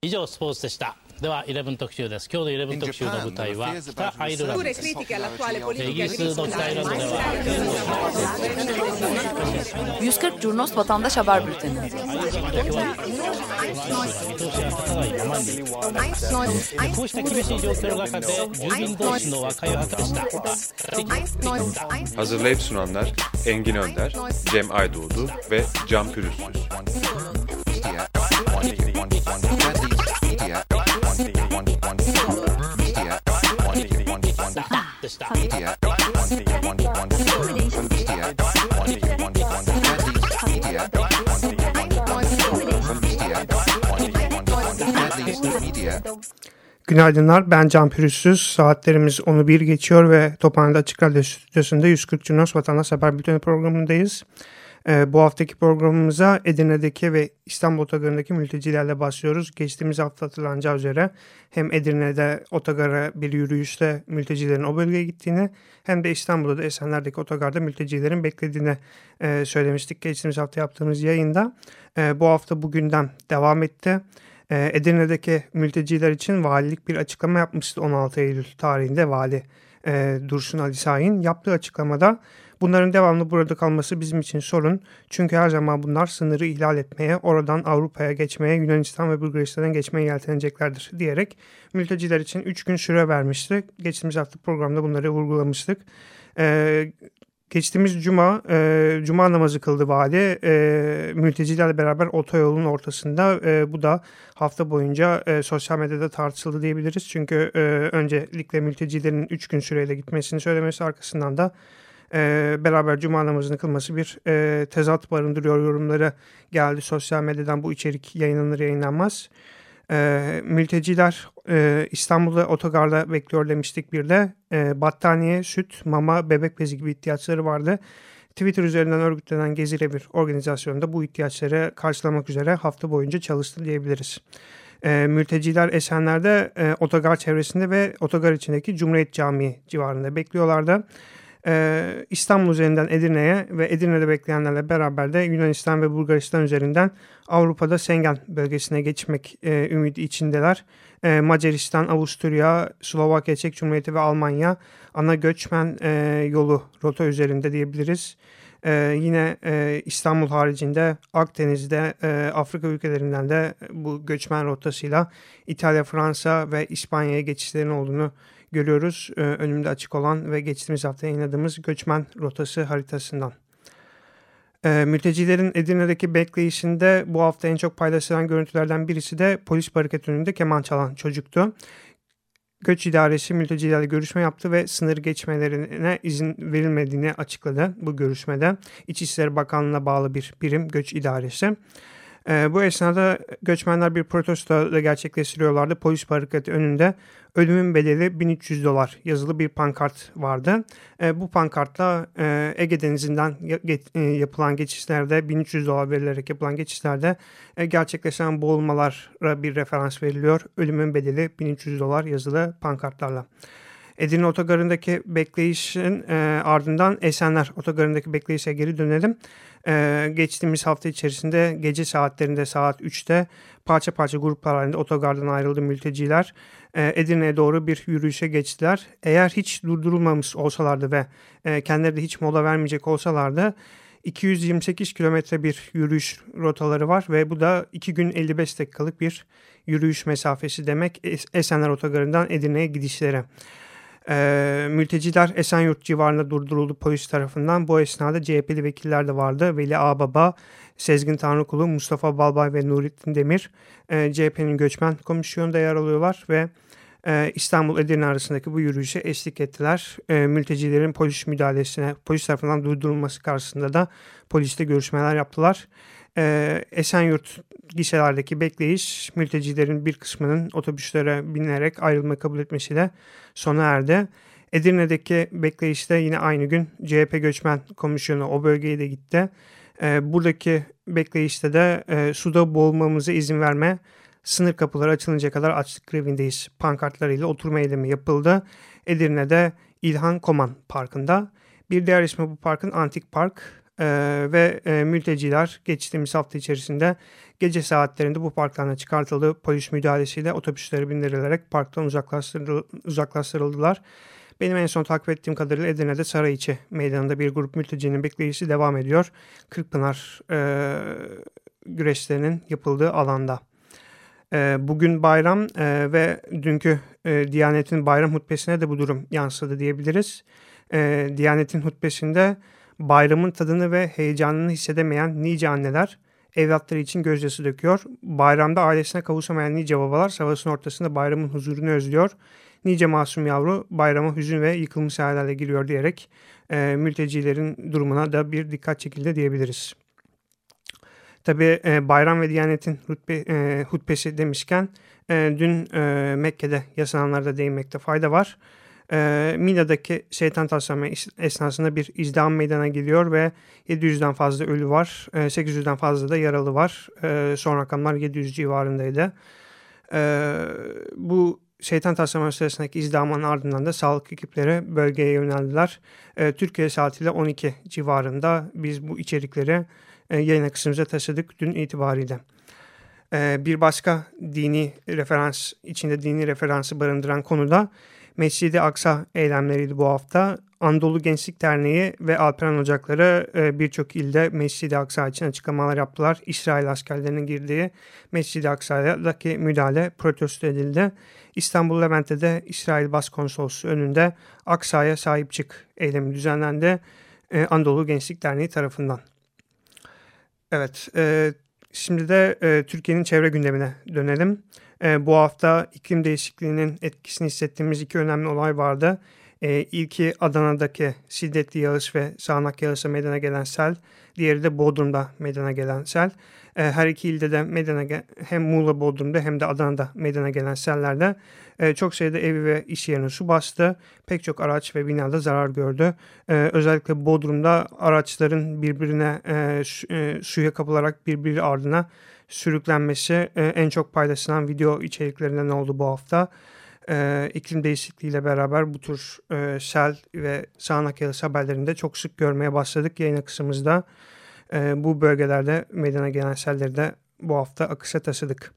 以上スポーツでした。では11特集です。今日の11特集の舞台は北アイルランドです。イギリスの北アイルランドでは 140 Curnos Vatandaş Haber Bülteni. Hazırlayıp sunanlar Engin Önder, Cem Aydoğdu ve Can Pürüzsüz. Günaydınlar, ben Can Pürüzsüz. Saatlerimiz 10'u 1 geçiyor ve Tophane'de Açık Radyo Stüdyosu'nda 140 Curnos Vatandaş Haber Bülteni programındayız. Bu haftaki programımıza Edirne'deki ve İstanbul Otogarı'ndaki mültecilerle başlıyoruz. Geçtiğimiz hafta hatırlanacağı üzere hem Edirne'de otogara bir yürüyüşte mültecilerin o bölgeye gittiğini hem de İstanbul'da da Esenler'deki otogarda mültecilerin beklediğini söylemiştik geçtiğimiz hafta yaptığımız yayında. Bu hafta bugünden devam etti. Edirne'deki mülteciler için valilik bir açıklama yapmıştı 16 Eylül tarihinde vali Dursun Ali Şahin. Yaptığı açıklamada bunların devamlı burada kalması bizim için sorun. Çünkü her zaman bunlar sınırı ihlal etmeye, oradan Avrupa'ya geçmeye, Yunanistan ve Bulgaristan'dan geçmeye yelteneceklerdir diyerek mülteciler için 3 gün süre vermişti. Geçtiğimiz hafta programda bunları vurgulamıştık. Geçtiğimiz cuma namazı kıldı vali mültecilerle beraber otoyolun ortasında. Bu da hafta boyunca sosyal medyada tartışıldı diyebiliriz. Çünkü öncelikle mültecilerin 3 gün süreyle gitmesini söylemesi arkasından da beraber cuma namazını kılması bir tezat barındırıyor yorumları geldi sosyal medyadan. Bu içerik yayınlanır yayınlanmaz. Mülteciler İstanbul'da otogarda bekliyor demiştik bir de. Battaniye, süt, mama, bebek bezi gibi ihtiyaçları vardı. Twitter üzerinden örgütlenen Gezire bir organizasyonda bu ihtiyaçları karşılamak üzere hafta boyunca çalıştı diyebiliriz. Mülteciler Esenler'de otogar çevresinde ve otogar içindeki Cumhuriyet Camii civarında bekliyorlardı. İstanbul üzerinden Edirne'ye ve Edirne'de bekleyenlerle beraber de Yunanistan ve Bulgaristan üzerinden Avrupa'da Schengen bölgesine geçmek ümidi içindeler. Macaristan, Avusturya, Slovakya, Çek Cumhuriyeti ve Almanya ana göçmen yolu rota üzerinde diyebiliriz. Yine İstanbul haricinde Akdeniz'de Afrika ülkelerinden de bu göçmen rotasıyla İtalya, Fransa ve İspanya'ya geçişlerin olduğunu görüyoruz. Önümde açık olan ve geçtiğimiz hafta yayınladığımız göçmen rotası haritasından. Mültecilerin Edirne'deki bekleyişinde bu hafta en çok paylaşılan görüntülerden birisi de polis barikat önünde keman çalan çocuktu. Göç İdaresi mültecilerle görüşme yaptı ve sınır geçmelerine izin verilmediğini açıkladı bu görüşmede. İçişleri Bakanlığı'na bağlı bir birim Göç İdaresi. Bu esnada göçmenler bir protesto da gerçekleştiriyorlardı. Polis barikatı önünde ölümün bedeli $1300 yazılı bir pankart vardı. Bu pankartla Ege Denizi'nden yapılan geçişlerde $1300 verilerek yapılan geçişlerde gerçekleşen boğulmalara bir referans veriliyor. Ölümün bedeli $1300 yazılı pankartlarla. Edirne Otogarı'ndaki bekleyişin ardından Esenler Otogarı'ndaki bekleyişe geri dönelim. Geçtiğimiz hafta içerisinde gece saatlerinde saat 3'te parça parça gruplar halinde otogardan ayrıldı mülteciler. Edirne'ye doğru bir yürüyüşe geçtiler. Eğer hiç durdurulmamış olsalardı ve kendileri de hiç mola vermeyecek olsalardı 228 kilometre bir yürüyüş rotaları var ve bu da 2 gün 55 dakikalık bir yürüyüş mesafesi demek Esenler Otogarı'ndan Edirne'ye gidişleri. Mülteciler Esenyurt civarında durduruldu polis tarafından. Bu esnada CHP'li vekiller de vardı. Veli Ağbaba, Sezgin Tanrıkulu, Mustafa Balbay ve Nurettin Demir CHP'nin göçmen komisyonunda yer alıyorlar ve İstanbul-Edirne arasındaki bu yürüyüşe eşlik ettiler. Mültecilerin polis tarafından durdurulması karşısında da polisle görüşmeler yaptılar. Esenyurt gişelerdeki bekleyiş mültecilerin bir kısmının otobüslere binerek ayrılmayı kabul etmesiyle sona erdi. Edirne'deki bekleyişte yine aynı gün CHP Göçmen Komisyonu o bölgeye de gitti. Buradaki bekleyişte de suda boğulmamıza izin verme, sınır kapıları açılınca kadar açlık grevindeyiz pankartlarıyla oturma eylemi yapıldı. Edirne'de İlhan Koman Parkı'nda. Bir diğer ismi bu parkın Antik Park. ve mülteciler geçtiğimiz hafta içerisinde gece saatlerinde bu parklarına çıkartıldı. Polis müdahalesiyle otobüslere bindirilerek parktan uzaklaştırıldılar. Benim en son takip ettiğim kadarıyla Edirne'de Sarayiçi Meydanı'nda bir grup mültecinin bekleyişi devam ediyor. Kırkpınar güreşlerinin yapıldığı alanda. Bugün bayram ve dünkü Diyanet'in bayram hutbesine de bu durum yansıdı diyebiliriz. Diyanet'in hutbesinde bayramın tadını ve heyecanını hissedemeyen nice anneler evlatları için gözyaşı döküyor. Bayramda ailesine kavuşamayan nice babalar savaşın ortasında bayramın huzurunu özlüyor. Nice masum yavru bayrama hüzün ve yıkılmış hayallerle giriyor diyerek mültecilerin durumuna da bir dikkat çekildi diyebiliriz. Tabii bayram ve Diyanet'in hutbesi demişken dün Mekke'de yaşananlarda değinmekte fayda var. Mina'daki şeytan taslama esnasında bir izdiham meydana geliyor ve 700'den fazla ölü var. 800'den fazla da yaralı var. Son rakamlar 700 civarındaydı. Bu şeytan taslama sırasındaki izdihamın ardından da sağlık ekipleri bölgeye yöneldiler. Türkiye saatiyle 12 civarında biz bu içerikleri yayın akışımıza taşıdık dün itibariyle. Bir başka dini referansı barındıran konuda Mescid-i Aksa eylemleriydi bu hafta. Anadolu Gençlik Derneği ve Alperen Ocakları birçok ilde Mescid-i Aksa için açıklamalar yaptılar. İsrail askerlerinin girdiği Mescid-i Aksa'daki müdahale protesto edildi. İstanbul Levent'te de İsrail Başkonsolosluğu önünde Aksa'ya sahip çık eylemi düzenlendi Anadolu Gençlik Derneği tarafından. Evet, şimdi de Türkiye'nin çevre gündemine dönelim. Bu hafta iklim değişikliğinin etkisini hissettiğimiz iki önemli olay vardı. İlki Adana'daki şiddetli yağış ve sağanak yağışa meydana gelen sel. Diğeri de Bodrum'da meydana gelen sel. Her iki ilde de hem Muğla Bodrum'da hem de Adana'da meydana gelen sellerde çok sayıda evi ve iş yerini su bastı. Pek çok araç ve binada zarar gördü. Özellikle Bodrum'da araçların birbirine suya kapılarak birbiri ardına sürüklenmesi en çok paylaşılan video içeriklerinden oldu bu hafta. İklim değişikliğiyle beraber bu tür sel ve sağanak yağış haberlerini de çok sık görmeye başladık yayın akışımızda. Bu bölgelerde meydana gelen selleri de bu hafta akışa taşıdık.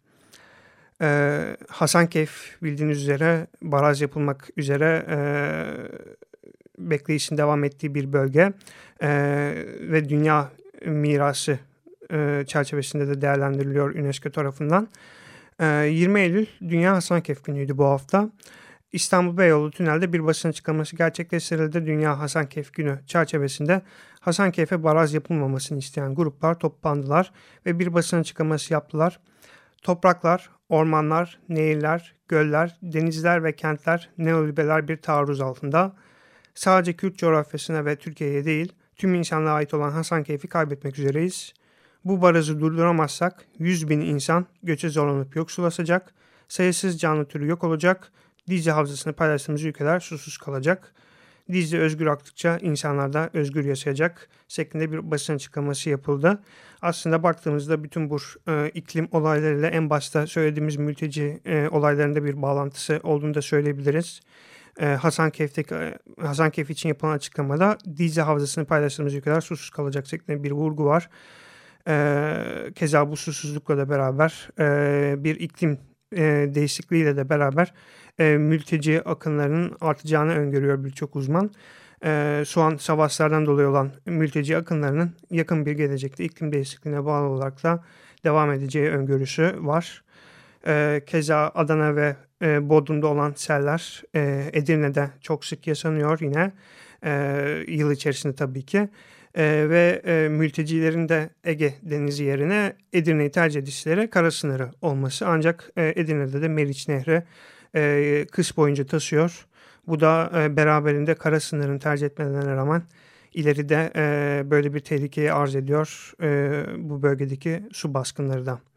Hasankeyf bildiğiniz üzere baraj yapılmak üzere bekleyişin devam ettiği bir bölge ve dünya mirası çerçevesinde de değerlendiriliyor UNESCO tarafından. 20 Eylül Dünya Hasankeyf Günü'ydü bu hafta. İstanbul Beyoğlu Tünel'de bir basın açıklaması gerçekleştirildi. Dünya Hasankeyf Günü çerçevesinde Hasankeyf'e baraj yapılmamasını isteyen gruplar toplandılar ve bir basın açıklaması yaptılar. Topraklar, ormanlar, nehirler, göller, denizler ve kentler neoliberal bir taarruz altında. Sadece Kürt coğrafyasına ve Türkiye'ye değil, tüm insanlığa ait olan Hasankeyf'i kaybetmek üzereyiz. Bu barajı durduramazsak 100.000 insan göçe zorlanıp yoksullaşacak, sayısız canlı türü yok olacak, Dicle Havzası'nı paylaştığımız ülkeler susuz kalacak. Dicle özgür aktıkça insanlar da özgür yaşayacak şeklinde bir basın açıklaması yapıldı. Aslında baktığımızda bütün bu iklim olaylarıyla en başta söylediğimiz mülteci olaylarında bir bağlantısı olduğunu da söyleyebiliriz. Hasankeyf için yapılan açıklamada Dicle Havzası'nı paylaştığımız ülkeler susuz kalacak şeklinde bir vurgu var. Keza bu susuzlukla da beraber bir iklim değişikliğiyle de beraber mülteci akınlarının artacağını öngörüyor birçok uzman. Şu an savaşlardan dolayı olan mülteci akınlarının yakın bir gelecekte iklim değişikliğine bağlı olarak da devam edeceği öngörüsü var. Keza Adana ve Bodrum'da olan seller Edirne'de çok sık yaşanıyor yine yıl içerisinde tabii ki. Ve mültecilerin de Ege Denizi yerine Edirne'yi tercih edişleri kara sınırı olması. Ancak Edirne'de de Meriç Nehri kış boyunca taşıyor. Bu da beraberinde kara sınırını tercih etmelerine rağmen ileride böyle bir tehlikeyi arz ediyor bu bölgedeki su baskınları da.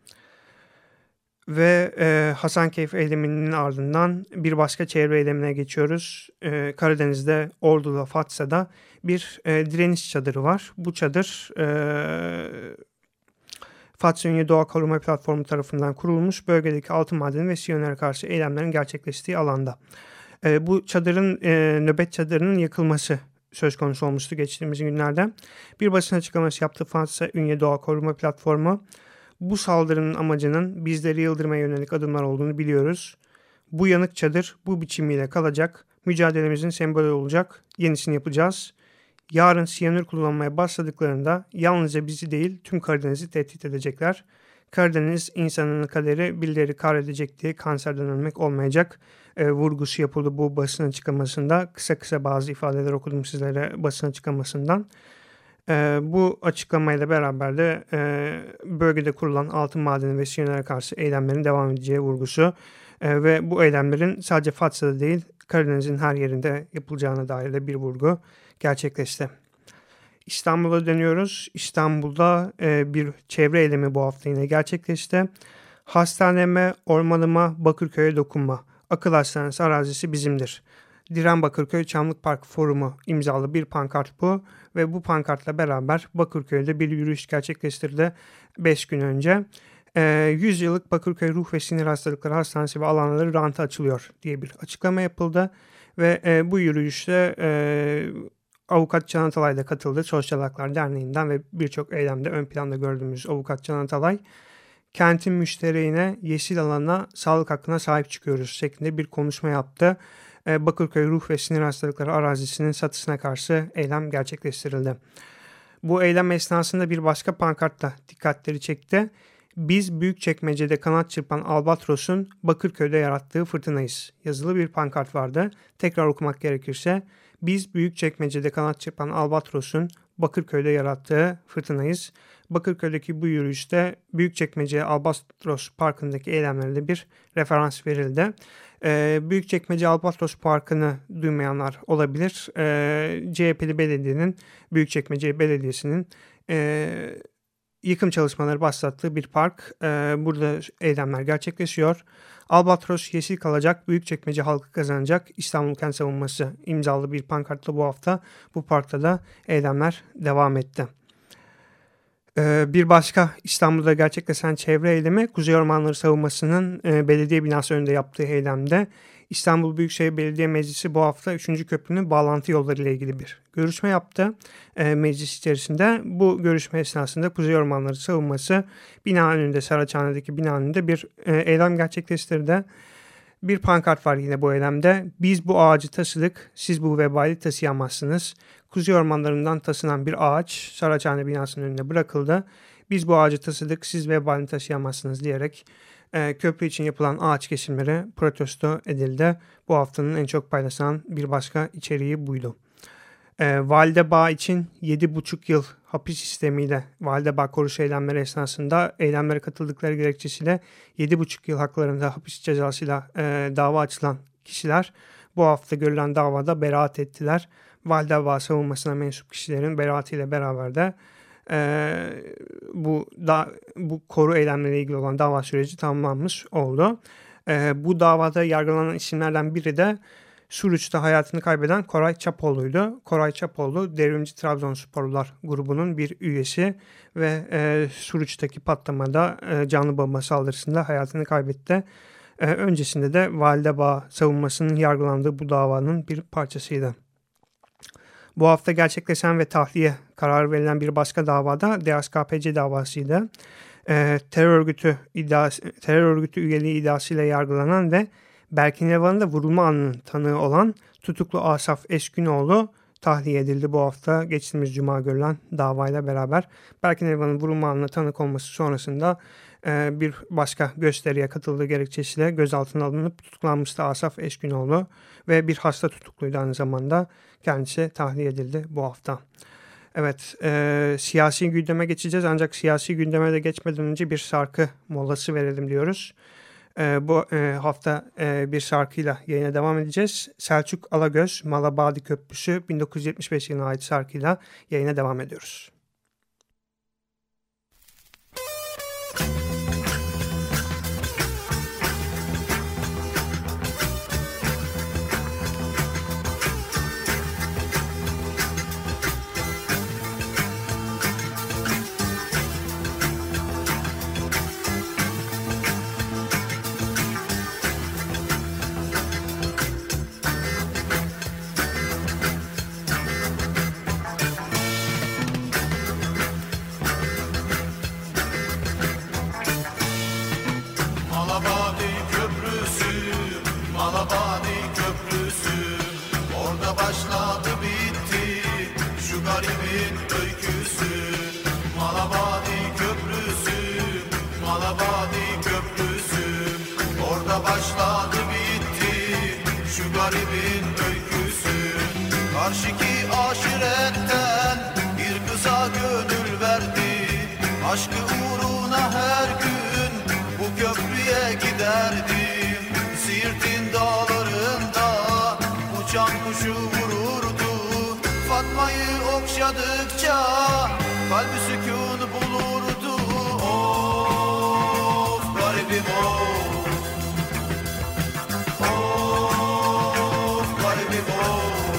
Ve Hasankeyf eyleminin ardından bir başka çevre eylemine geçiyoruz. Karadeniz'de Ordu'da Fatsa'da bir direniş çadırı var. Bu çadır Fatsa Ünye Doğa Koruma Platformu tarafından kurulmuş bölgedeki altın madeni ve Siyonlara karşı eylemlerin gerçekleştiği alanda. Bu çadırın nöbet çadırının yakılması söz konusu olmuştu geçtiğimiz günlerde. Bir basın açıklaması yaptı Fransa Ünye Doğa Koruma Platformu. Bu saldırının amacının bizleri yıldırmaya yönelik adımlar olduğunu biliyoruz. Bu yanık çadır bu biçimiyle kalacak. Mücadelemizin sembolü olacak. Yenisini yapacağız. Yarın siyanür kullanmaya başladıklarında yalnızca bizi değil tüm Karadeniz'i tehdit edecekler. Karadeniz insanının kaderi birileri kahredecek diye kanserden ölmek olmayacak vurgusu yapıldı bu basın açıklamasında. Kısa kısa bazı ifadeler okudum sizlere basın açıklamasından. Bu açıklamayla beraber de bölgede kurulan altın madeni ve siyanüre karşı eylemlerin devam edeceği vurgusu ve bu eylemlerin sadece Fatsa'da değil Karadeniz'in her yerinde yapılacağına dair de bir vurgu gerçekleşti. İstanbul'a dönüyoruz. İstanbul'da bir çevre eylemi bu hafta yine gerçekleşti. Hastaneme, ormanıma, Bakırköy'e dokunma. Akıl hastanesi arazisi bizimdir. Diren Bakırköy Çamlık Park Forumu imzalı bir pankart bu ve bu pankartla beraber Bakırköy'de bir yürüyüş gerçekleştirdi 5 gün önce. 100 yıllık Bakırköy Ruh ve Sinir Hastalıkları Hastanesi ve alanları ranta açılıyor diye bir açıklama yapıldı ve bu yürüyüşte Avukat Can Atalay da katıldı. Sosyal Haklar Derneği'nden ve birçok eylemde ön planda gördüğümüz Avukat Can Atalay, kentin müştereğine, yeşil alana, sağlık hakkına sahip çıkıyoruz şeklinde bir konuşma yaptı. Bakırköy Ruh ve Sinir Hastalıkları arazisinin satışına karşı eylem gerçekleştirildi. Bu eylem esnasında bir başka pankart da dikkatleri çekti. Biz Büyükçekmece'de kanat çırpan Albatros'un Bakırköy'de yarattığı fırtınayız yazılı bir pankart vardı. Tekrar okumak gerekirse, biz Büyükçekmece'de kanat çırpan Albatros'un Bakırköy'de yarattığı fırtınayız. Bakırköy'deki bu yürüyüşte Büyükçekmece Albatros Parkı'ndaki eylemlerinde bir referans verildi. Büyükçekmece Albatros Parkı'nı duymayanlar olabilir. CHP'li belediyenin, Büyükçekmece Belediyesi'nin yıkım çalışmaları başlattığı bir park. Burada eylemler gerçekleşiyor. Albatros yeşil kalacak, Büyükçekmece halkı kazanacak, İstanbul Kent Savunması imzalı bir pankartla bu hafta bu parkta da eylemler devam etti. Bir başka İstanbul'da gerçekleşen çevre eylemi Kuzey Ormanları Savunması'nın belediye binası önünde yaptığı eylemde İstanbul Büyükşehir Belediye Meclisi bu hafta 3. köprünün bağlantı yolları ile ilgili bir görüşme yaptı meclis içerisinde. Bu görüşme esnasında Kuzey Ormanları Savunması bina önünde, Saraçhane'deki bina önünde bir eylem gerçekleştirdi. Bir pankart var yine bu eylemde. Biz bu ağacı taşıdık, siz bu vebali taşıyamazsınız. Kuzey ormanlarından taşınan bir ağaç Saraçhane binasının önüne bırakıldı. Biz bu ağacı taşıdık, siz vebalini taşıyamazsınız diyerek köprü için yapılan ağaç kesimleri protesto edildi. Bu haftanın en çok paylaşılan bir başka içeriği buydu. Validebağ için 7,5 yıl hapis sistemiyle Validebağ koruş eylemleri esnasında eylemlere katıldıkları gerekçesiyle 7,5 yıl haklarında hapis cezasıyla dava açılan kişiler bu hafta görülen davada beraat ettiler. Validebağ savunmasına mensup kişilerin beraatiyle beraber de bu koru eylemleriyle ilgili olan dava süreci tamamlanmış oldu. Bu davada yargılanan isimlerden biri de Suruç'ta hayatını kaybeden Koray Çapoğlu'ydu. Koray Çapoğlu, Devrimci Trabzonsporlular grubunun bir üyesi ve Suruç'taki patlamada canlı bomba saldırısında hayatını kaybetti. Öncesinde de Validebağ savunmasının yargılandığı bu davanın bir parçasıydı. Bu hafta gerçekleşen ve tahliye kararı verilen bir başka davada DSKPC davasıydı. Terör örgütü üyeliği iddiasıyla yargılanan ve Berkin Elvan'ın da vurulma anının tanığı olan tutuklu Asaf Eşkünoğlu tahliye edildi bu hafta geçtiğimiz cuma görülen davayla beraber. Berkin Elvan'ın vurulma anına tanık olması sonrasında bir başka gösteriye katıldığı gerekçesiyle gözaltına alınıp tutuklanmıştı Asaf Eşkünoğlu ve bir hasta tutukluydu aynı zamanda. Kendisi tahliye edildi bu hafta. Evet, siyasi gündeme geçeceğiz ancak siyasi gündeme de geçmeden önce bir şarkı molası verelim diyoruz. Bu hafta bir şarkıyla yayına devam edeceğiz. Selçuk Alagöz, Malabadi Köprüsü 1975 yılına ait şarkıyla yayına devam ediyoruz. başladı bitti şu garibin öyküsü. Karşıki aşiretten bir kıza gönül verdi, aşkı uğruna her gün bu köprüye giderdim. Siirt'in dağlarında uçan kuşu vururdu, Fatma'yı okşadıkça kalbi sükun bulurdu. Of garibim of, of garibim of.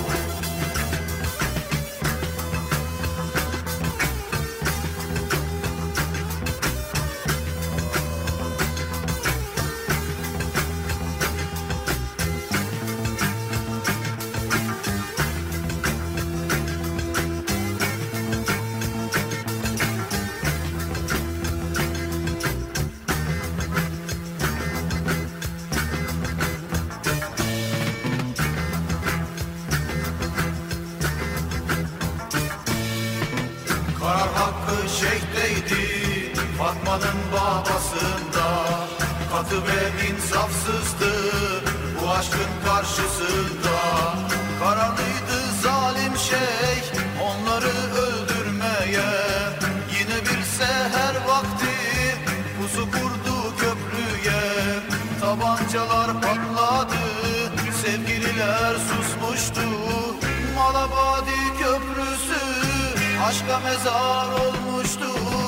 Karar hakkı şeyhteydi Fatma'nın babasında, katı ve insafsızdı bu aşkın karşısında. Kararlıydı zalim şeyh onları öldürmeye, yine bir seher vakti pusu kurdu köprüye. Tabancalar patladı, sevgililer susmuştu, Malabadi köprüsü aşka mezar olmuştu.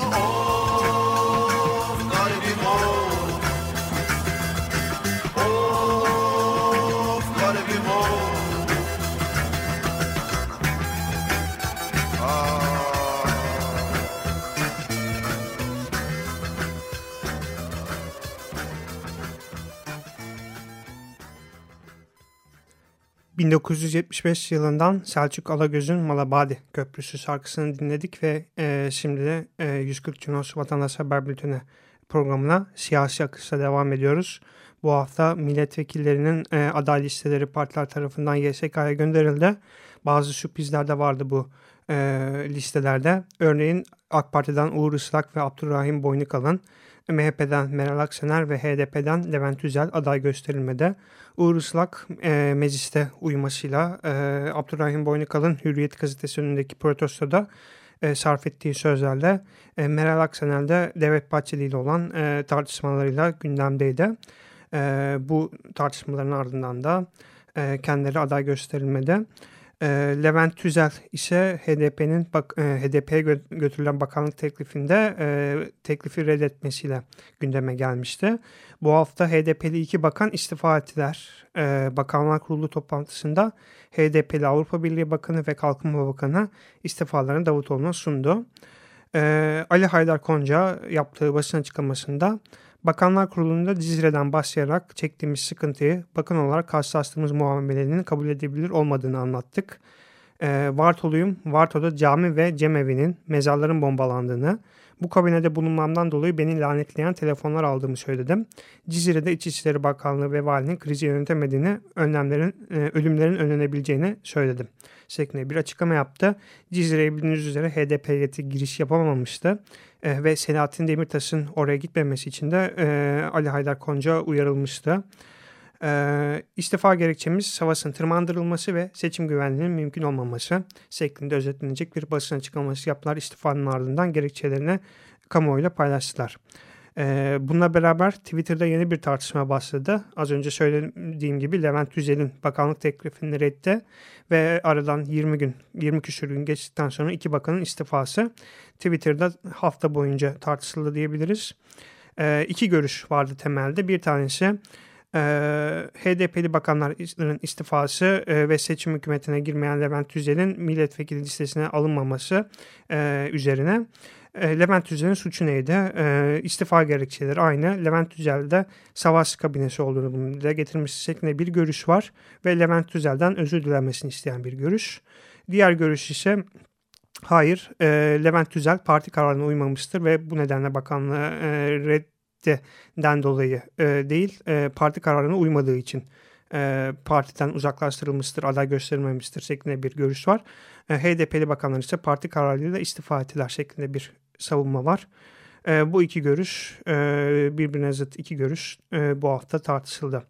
Of garibim of, of garibim of. Ah. 1975 yılından Selçuk Alagöz'ün Malabadi Köprüsü şarkısını dinledik ve şimdi de 140 Cunos Vatandaş Haber Bülteni programına siyasi akışla devam ediyoruz. Bu hafta milletvekillerinin aday listeleri partiler tarafından YSK'ya gönderildi. Bazı sürprizler de vardı bu listelerde. Örneğin AK Parti'den Uğur Islak ve Abdurrahim Boynukalın, MHP'den Meral Akşener ve HDP'den Levent Üzel aday gösterilmedi. Uğur Islak mecliste uymasıyla Abdurrahim Boynukalın Hürriyet gazetesi önündeki protestoda sarf ettiği sözlerle Meral Akşener de Devlet Bahçeli ile olan tartışmalarıyla gündemdeydi. Bu tartışmaların ardından da kendileri aday gösterilmedi. Levent Tüzel ise HDP'ye götürülen bakanlık teklifinde teklifi reddetmesiyle gündeme gelmişti. Bu hafta HDP'li 2 bakan istifa ettiler. Bakanlar Kurulu toplantısında HDP'li Avrupa Birliği Bakanı ve Kalkınma Bakanı istifalarını Davutoğlu'na sundu. Ali Haydar Konca yaptığı basın açıklamasında Bakanlar Kurulu'nda Cizre'den başlayarak çektiğimiz sıkıntıyı bakan olarak karşılaştığımız muamelenin kabul edilebilir olmadığını anlattık. Vartoluyum, Varto'da cami ve cemevinin, mezarların bombalandığını, bu kabinede bulunmamdan dolayı beni lanetleyen telefonlar aldığımı söyledim. Cizre'de İçişleri Bakanlığı ve valinin krizi yönetemediğini, ölümlerin önlenebileceğini söyledim şeklinde bir açıklama yaptı. Cizre'ye bildiğiniz üzere HDP heyeti giriş yapamamıştı. Ve Selahattin Demirtaş'ın oraya gitmemesi için de Ali Haydar Konca uyarılmıştı. İstifa gerekçemiz savaşın tırmandırılması ve seçim güvenliğinin mümkün olmaması şeklinde özetlenecek bir basın açıklaması yaptılar. İstifanın ardından gerekçelerini kamuoyuyla paylaştılar. Bununla beraber Twitter'da yeni bir tartışma başladı. Az önce söylediğim gibi Levent Tüzel'in bakanlık teklifini reddetti ve aradan 20 küsur gün geçtikten sonra 2 bakanın istifası Twitter'da hafta boyunca tartışıldı diyebiliriz. 2 görüş vardı temelde. Bir tanesi HDP'li bakanların istifası ve seçim hükümetine girmeyen Levent Tüzel'in milletvekili listesine alınmaması üzerine. Levent Tüzel'in suçu neydi? İstifa gerekçeleri aynı. Levent Tüzel'de savaş kabinesi olduğunu bunu dile getirmesi şeklinde bir görüş var ve Levent Tüzel'den özür dilenmesini isteyen bir görüş. Diğer görüş ise hayır, Levent Tüzel parti kararına uymamıştır ve bu nedenle bakanlığı reddinden dolayı değil, parti kararına uymadığı için partiden uzaklaştırılmıştır, aday gösterilmemiştir şeklinde bir görüş var. HDP'li bakanlar ise parti kararıyla istifa ettiler şeklinde bir savunma var. Bu iki görüş, birbirine zıt iki görüş bu hafta tartışıldı.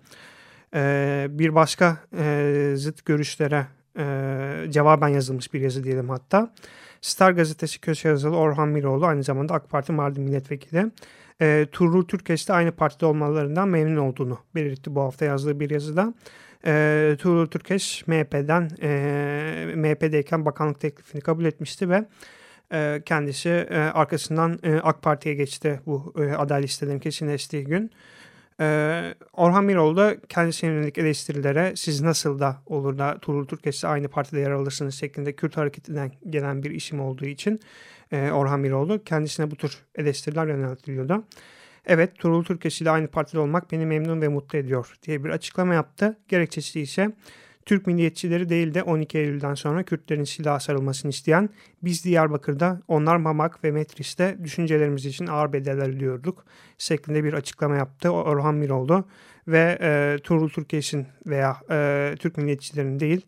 Bir başka zıt görüşlere cevaben yazılmış bir yazı diyelim hatta. Star Gazetesi köşe yazılı Orhan Miroğlu, aynı zamanda AK Parti Mardin Milletvekili, Tuğrul Türkeş'le aynı partide olmalarından memnun olduğunu belirtti bu hafta yazdığı bir yazıda. Tuğrul Türkeş MHP'deyken bakanlık teklifini kabul etmişti ve kendisi arkasından AK Parti'ye geçti bu aday listelerin kesinleştiği gün. Orhan Miroğlu da kendisine yönelik eleştirilere siz nasıl da olur da Tuğrul Türkeş'le aynı partide yer alırsınız şeklinde Kürt hareketinden gelen bir isim olduğu için Orhan Miroğlu kendisine bu tür eleştiriler yöneltiliyordu. Evet, Tuğrul Türkeş ile aynı partide olmak beni memnun ve mutlu ediyor diye bir açıklama yaptı. Gerekçesi ise Türk milliyetçileri değil de 12 Eylül'den sonra Kürtlerin silaha sarılmasını isteyen biz Diyarbakır'da, onlar Mamak ve Metris'te düşüncelerimiz için ağır bedeller ödüyorduk şeklinde bir açıklama yaptı Orhan Miroğlu ve Tuğrul Türkeş'in veya Türk milliyetçilerin değil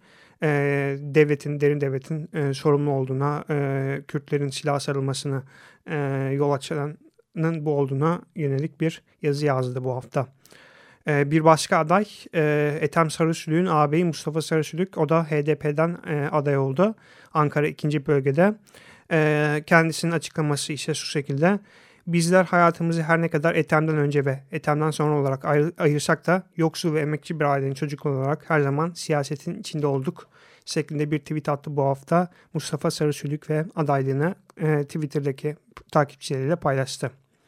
derin devletin sorumlu olduğuna, Kürtlerin silaha sarılmasını yol açanın bu olduğuna yönelik bir yazı yazdı bu hafta. Bir başka aday Ethem Sarısülük'ün ağabeyi Mustafa Sarısülük, o da HDP'den aday oldu Ankara 2. bölgede. Kendisinin açıklaması ise şu şekilde: bizler hayatımızı her ne kadar Ethem'den önce ve Ethem'den sonra olarak ayırsak da yoksul ve emekçi bir ailenin çocukları olarak her zaman siyasetin içinde olduk şeklinde bir tweet attı bu hafta Mustafa Sarısülük ve adaylığını Twitter'daki takipçileriyle paylaştı.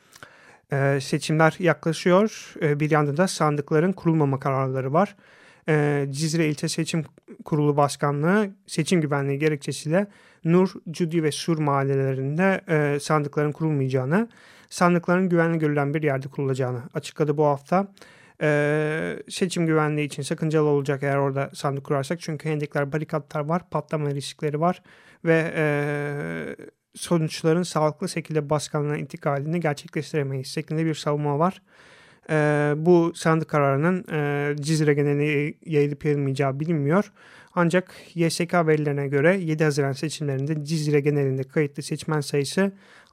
Seçimler yaklaşıyor. Bir yanda da sandıkların kurulmama kararları var. Cizre İlçe Seçim Kurulu Başkanlığı seçim güvenliği gerekçesiyle Nur, Cudi ve Sur mahallelerinde sandıkların kurulmayacağını, sandıkların güvenli görülen bir yerde kurulacağını açıkladı bu hafta. Seçim güvenliği için sakıncalı olacak eğer orada sandık kurarsak, çünkü hendekler, barikatlar var, patlama riskleri var ve sonuçların sağlıklı şekilde başkanlığına intikalini gerçekleştiremeyiz şeklinde bir savunma var. Bu sandık kararının Cizre geneline yayılıp yayılmayacağı bilinmiyor. Ancak YSK verilerine göre 7 Haziran seçimlerinde Cizre genelinde kayıtlı seçmen sayısı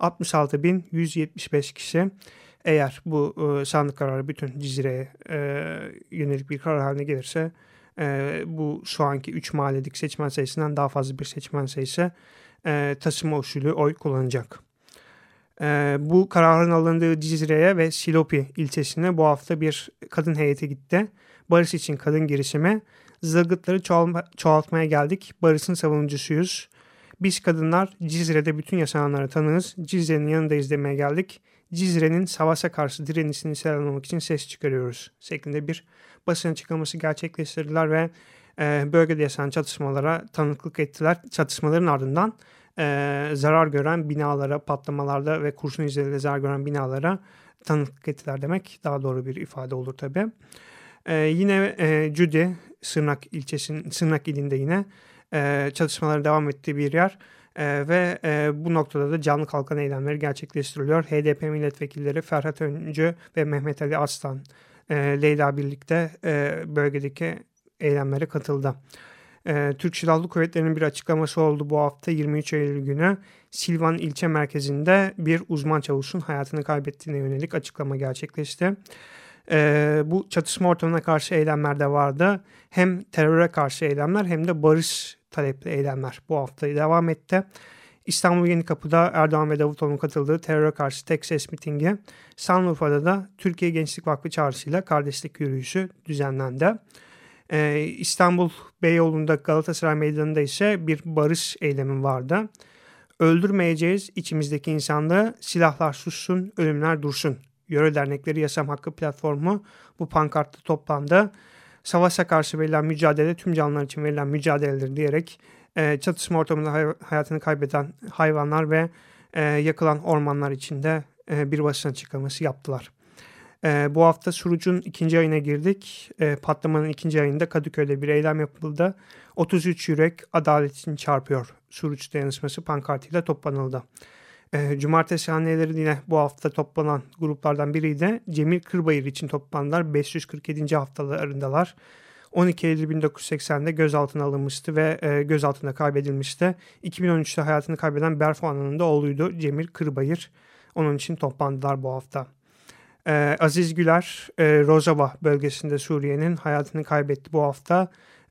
66.175 kişi. Eğer bu sandık kararı bütün Cizre'ye yönelik bir karar haline gelirse bu şu anki 3 mahalledik seçmen sayısından daha fazla bir seçmen sayısı taşıma usulü oy kullanacak. Bu kararın alındığı Cizre'ye ve Silopi ilçesine bu hafta bir kadın heyeti gitti. Barış için kadın girişimi. Zılgıtları çoğaltmaya geldik. Barış'ın savunucusuyuz. Biz kadınlar Cizre'de bütün yaşananlara tanığız. Cizre'nin yanındayız demeye geldik. Cizre'nin savaşa karşı direnişini selamlamak için ses çıkarıyoruz şeklinde bir basın açıklaması gerçekleştirdiler ve bölgede yaşanan çatışmalara tanıklık ettiler. Çatışmaların ardından zarar gören binalara, patlamalarda ve kurşun izleriyle zarar gören binalara tanıklık ettiler demek daha doğru bir ifade olur tabii. Yine Cudi, Sırnak ilinde yine çatışmaların devam ettiği bir yer ve bu noktada da canlı kalkan eylemleri gerçekleştiriliyor. HDP milletvekilleri Ferhat Öncü ve Mehmet Ali Arslan Leyla birlikte bölgedeki eylemlere katıldı. Türk Silahlı Kuvvetleri'nin bir açıklaması oldu bu hafta 23 Eylül günü. Silvan ilçe merkezinde bir uzman çavuşun hayatını kaybettiğine yönelik açıklama gerçekleşti. Bu çatışma ortamına karşı eylemler de vardı. Hem teröre karşı eylemler hem de barış talepli eylemler bu hafta devam etti. İstanbul Yenikapı'da Erdoğan ve Davutoğlu'nun katıldığı teröre karşı tek ses mitingi, Şanlıurfa'da da Türkiye Gençlik Vakfı çağrısıyla kardeşlik yürüyüşü düzenlendi. İstanbul Beyoğlu'nda Galatasaray Meydanı'nda ise bir barış eylemi vardı. Öldürmeyeceğiz içimizdeki insanlığı, silahlar sussun, ölümler dursun. Yöre Dernekleri Yaşam Hakkı Platformu bu pankartta toplandı. Savaşa karşı verilen mücadele tüm canlılar için verilen mücadeledir diyerek çatışma ortamında hayatını kaybeden hayvanlar ve yakılan ormanlar için de bir basın açıklaması yaptılar. Bu hafta Suruç'un 2. ayına girdik. Patlamanın 2. ayında Kadıköy'de bir eylem yapıldı. 33 yürek adalet için çarpıyor. Suruç dayanışması pankartıyla toplanıldı. Cumartesi haneleri yine bu hafta toplanan gruplardan biriydi. Cemil Kırbayır için toplandılar. 547. haftalarındalar. 12 Eylül 1980'de gözaltına alınmıştı ve gözaltında kaybedilmişti. 2013'te hayatını kaybeden Berfu Ana'nın da oğluydu Cemil Kırbayır. Onun için toplandılar bu hafta. Aziz Güler, Rojava bölgesinde Suriye'nin hayatını kaybetti bu hafta.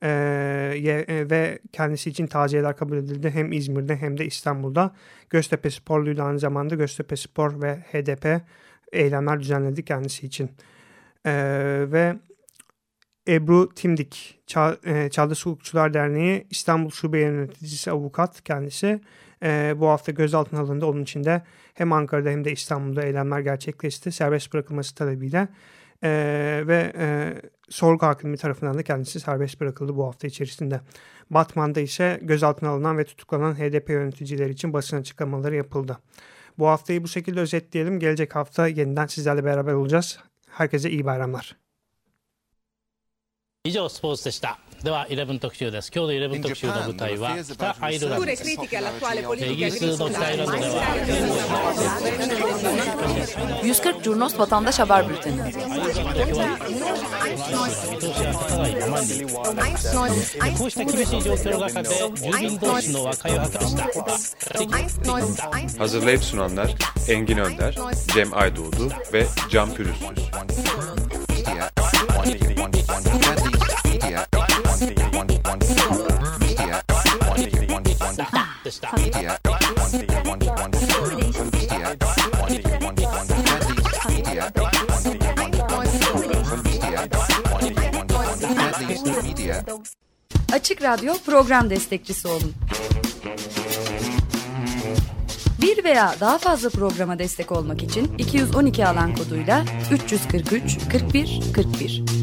Ve kendisi için taziyeler kabul edildi hem İzmir'de hem de İstanbul'da. Göztepe Sporlu'ydu aynı zamanda. Göztepe Spor ve HDP eylemler düzenledi kendisi için. Ve Ebru Timdik, Çağdaş Hukukçular Derneği İstanbul Şube Yöneticisi Avukat kendisi. Bu hafta gözaltına alındı. Onun için de hem Ankara'da hem de İstanbul'da eylemler gerçekleşti. Serbest bırakılması talebiyle. Ve sorgu hakimi tarafından da kendisi serbest bırakıldı bu hafta içerisinde. Batman'da ise gözaltına alınan ve tutuklanan HDP yöneticileri için basın açıklamaları yapıldı. Bu haftayı bu şekilde özetleyelim. Gelecek hafta yeniden sizlerle beraber olacağız. Herkese iyi bayramlar. 以上スポーツでした。では11特集です。今日の11特集の舞台は北アイルランドです。イギリスの北アイルランドでは 140 Curnos Vatandaş Haber Bülteni. こうした厳しい状況の中で住民同士の和解を図りました。 Hazırlayıp sunanlar Engin Önder, Cem Aydoğdu ve Can Pürüzsüz. Açık Radyo program destekçisi olun. Bir veya daha fazla programa destek olmak için 212 alan koduyla 343 41 41